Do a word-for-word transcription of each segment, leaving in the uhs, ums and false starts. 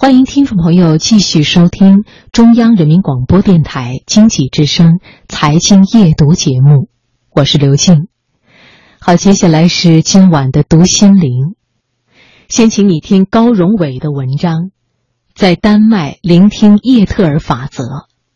欢迎听众朋友继续收听中央人民广播电台经济之声财经夜读节目，我是刘静。好，接下来是今晚的读心灵。先请你听高荣伟的文章，在丹麦聆听叶特尔法则。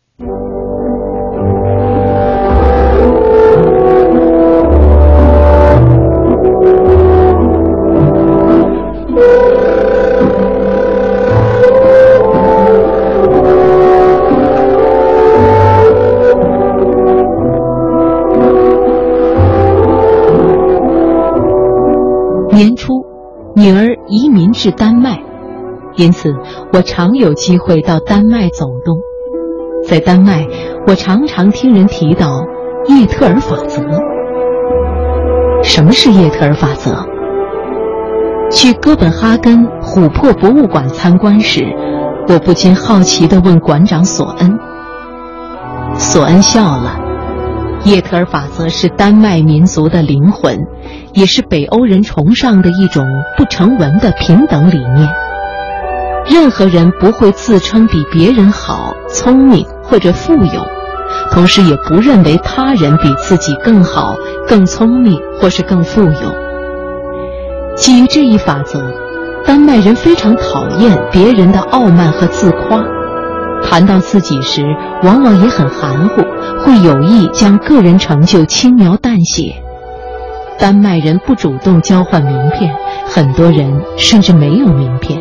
年初，女儿移民至丹麦，因此我常有机会到丹麦走动。在丹麦，我常常听人提到叶特尔法则。什么是叶特尔法则？去哥本哈根琥珀博物馆参观时，我不禁好奇地问馆长索恩。索恩笑了。叶特尔法则是丹麦民族的灵魂，也是北欧人崇尚的一种不成文的平等理念。任何人不会自称比别人好、聪明或者富有，同时也不认为他人比自己更好、更聪明或是更富有。基于这一法则，丹麦人非常讨厌别人的傲慢和自夸，谈到自己时往往也很含糊，会有意将个人成就轻描淡写。丹麦人不主动交换名片，很多人甚至没有名片。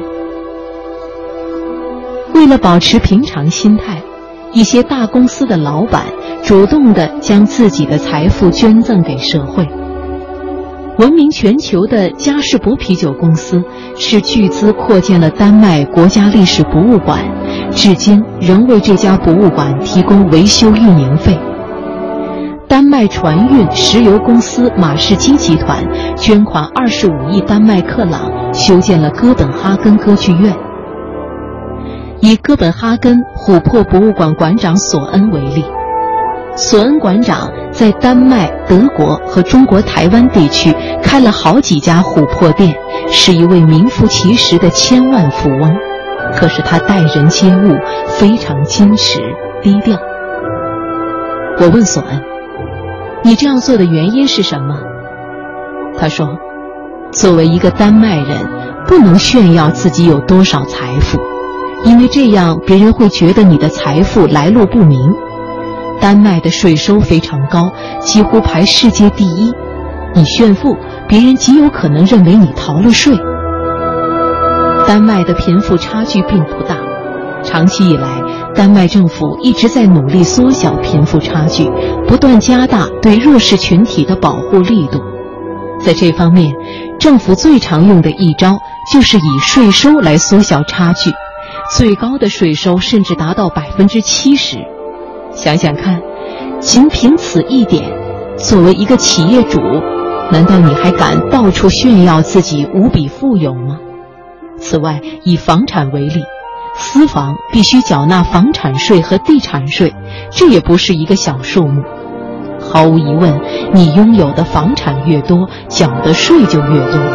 为了保持平常心态，一些大公司的老板主动地将自己的财富捐赠给社会。闻名全球的嘉士伯啤酒公司斥巨资扩建了丹麦国家历史博物馆，至今仍为这家博物馆提供维修运营费。丹麦船运石油公司马士基集团捐款二十五亿丹麦克朗，修建了哥本哈根歌剧院。以哥本哈根琥珀博物馆馆长索恩为例，索恩馆长在丹麦、德国和中国台湾地区开了好几家琥珀店，是一位名副其实的千万富翁。可是他待人接物非常矜持低调。我问索恩，你这样做的原因是什么？他说，作为一个丹麦人，不能炫耀自己有多少财富，因为这样别人会觉得你的财富来路不明。丹麦的税收非常高，几乎排世界第一，你炫富，别人极有可能认为你逃了税。丹麦的贫富差距并不大，长期以来，丹麦政府一直在努力缩小贫富差距，不断加大对弱势群体的保护力度。在这方面，政府最常用的一招就是以税收来缩小差距，最高的税收甚至达到百分之七十。想想看，仅凭此一点，作为一个企业主，难道你还敢到处炫耀自己无比富有吗？此外，以房产为例，私房必须缴纳房产税和地产税，这也不是一个小数目。毫无疑问，你拥有的房产越多，缴的税就越多。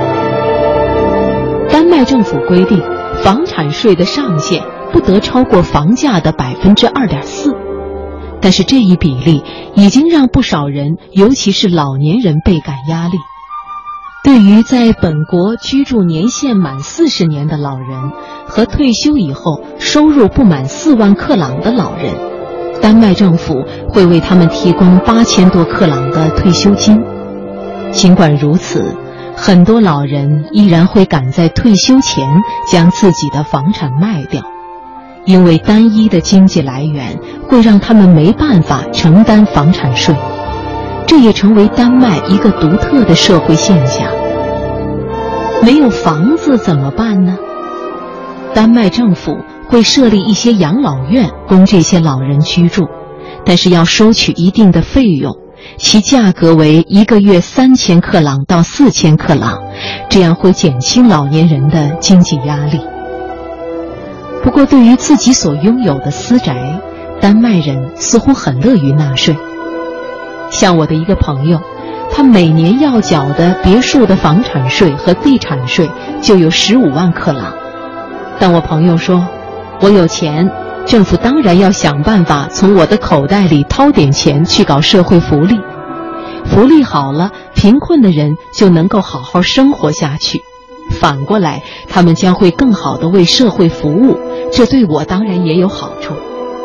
丹麦政府规定，房产税的上限不得超过房价的百分之二点四。但是这一比例已经让不少人，尤其是老年人倍感压力。对于在本国居住年限满四十年的老人和退休以后收入不满四万克朗的老人，丹麦政府会为他们提供八千多克朗的退休金。尽管如此，很多老人依然会赶在退休前将自己的房产卖掉，因为单一的经济来源会让他们没办法承担房产税。这也成为丹麦一个独特的社会现象。没有房子怎么办呢？丹麦政府会设立一些养老院供这些老人居住，但是要收取一定的费用，其价格为一个月三千克朗到四千克朗，这样会减轻老年人的经济压力。不过对于自己所拥有的私宅，丹麦人似乎很乐于纳税。像我的一个朋友，他每年要缴的别墅的房产税和地产税就有十五万克朗。 但我朋友说，我有钱，政府当然要想办法从我的口袋里掏点钱去搞社会福利，福利好了，贫困的人就能够好好生活下去，反过来他们将会更好地为社会服务，这对我当然也有好处。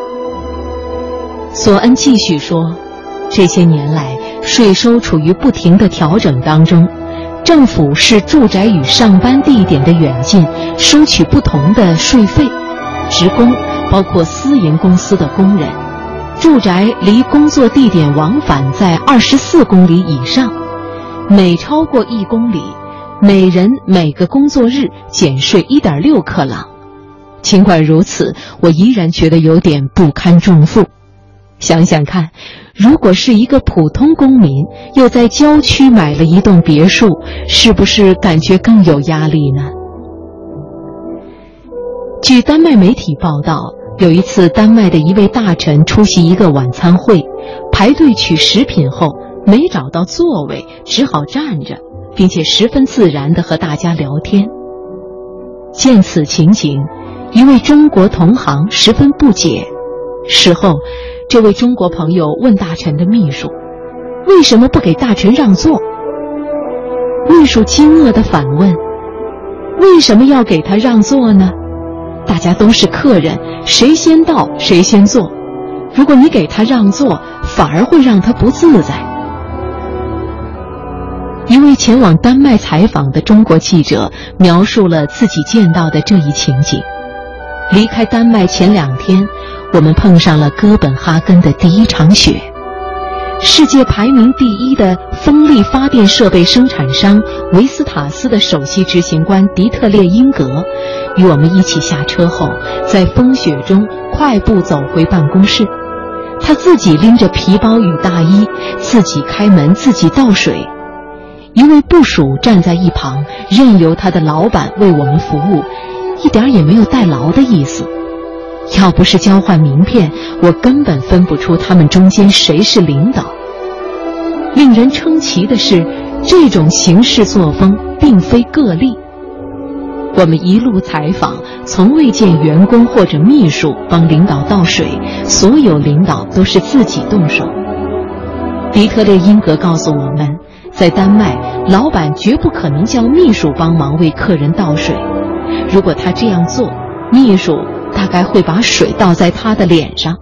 索恩继续说，这些年来税收处于不停的调整当中，政府视住宅与上班地点的远近收取不同的税费，职工包括私营公司的工人，住宅离工作地点往返在二十四公里以上，每超过一公里，每人每个工作日减税 一点六 克朗。尽管如此，我依然觉得有点不堪重负。想想看，如果是一个普通公民，又在郊区买了一栋别墅，是不是感觉更有压力呢？据丹麦媒体报道，有一次丹麦的一位大臣出席一个晚餐会，排队取食品后没找到座位，只好站着，并且十分自然地和大家聊天。见此情景，一位中国同行十分不解。事后，这位中国朋友问大臣的秘书，为什么不给大臣让座？秘书惊愕地反问，为什么要给他让座呢？大家都是客人，谁先到谁先坐，如果你给他让座，反而会让他不自在。一位前往丹麦采访的中国记者描述了自己见到的这一情景。离开丹麦前两天，我们碰上了哥本哈根的第一场雪。世界排名第一的风力发电设备生产商维斯塔斯的首席执行官迪特列英格与我们一起下车后，在风雪中快步走回办公室。他自己拎着皮包与大衣，自己开门，自己倒水。一位部属站在一旁，任由他的老板为我们服务，一点也没有代劳的意思。要不是交换名片，我根本分不出他们中间谁是领导。令人称奇的是，这种行事作风并非个例。我们一路采访，从未见员工或者秘书帮领导倒水，所有领导都是自己动手。迪特列英格告诉我们，在丹麦，老板绝不可能叫秘书帮忙为客人倒水，如果他这样做，秘书大概会把水倒在他的脸上。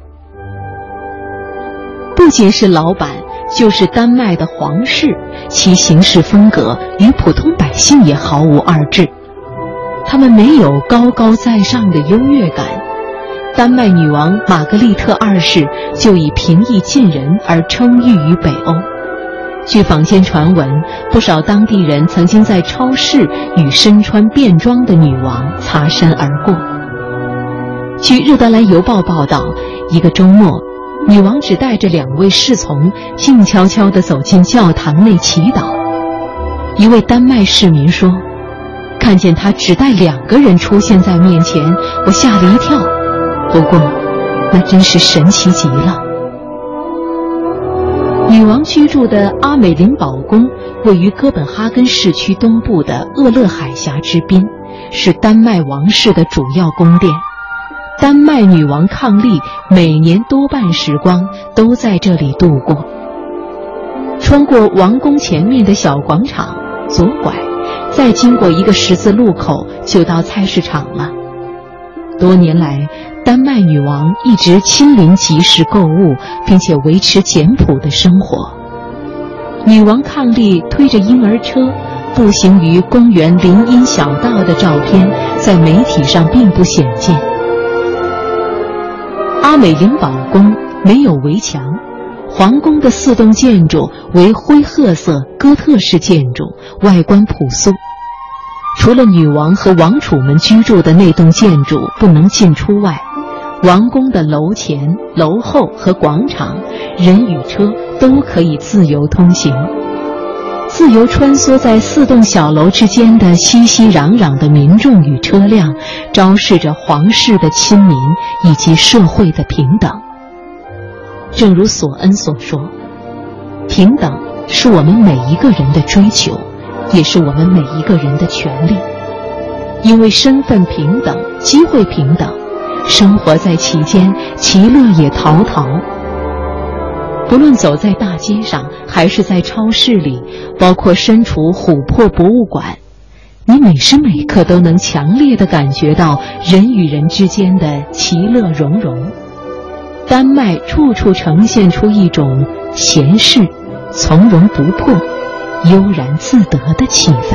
不仅是老板，就是丹麦的皇室，其行事风格与普通百姓也毫无二致。他们没有高高在上的优越感。丹麦女王玛格丽特二世就以平易近人而称誉于北欧。据坊间传闻，不少当地人曾经在超市与身穿便装的女王擦身而过。据《日德兰邮报》报道，一个周末，女王只带着两位侍从静悄悄地走进教堂内祈祷。一位丹麦市民说，看见她只带两个人出现在面前，我吓了一跳，不过那真是神奇极了。女王居住的阿美林堡宫位于哥本哈根市区东部的厄勒海峡之滨，是丹麦王室的主要宫殿。丹麦女王伉俪每年多半时光都在这里度过。穿过王宫前面的小广场，左拐，再经过一个十字路口就到菜市场了。多年来，丹麦女王一直亲临集市购物，并且维持简朴的生活。女王伉俪推着婴儿车步行于公园林荫小道的照片在媒体上并不鲜见。阿美林堡宫没有围墙，皇宫的四栋建筑为灰褐色哥特式建筑，外观朴素。除了女王和王储们居住的那栋建筑不能进出外，王宫的楼前、楼后和广场，人与车都可以自由通行。自由穿梭在四栋小楼之间的熙熙攘攘的民众与车辆，昭示着皇室的亲民以及社会的平等。正如索恩所说，平等是我们每一个人的追求，也是我们每一个人的权利。 因为身份平等、机会平等，生活在其间，其乐也陶陶。不论走在大街上，还是在超市里，包括身处琥珀博物馆，你每时每刻都能强烈地感觉到人与人之间的其乐融融。丹麦处处呈现出一种闲适、从容不迫、悠然自得的气氛。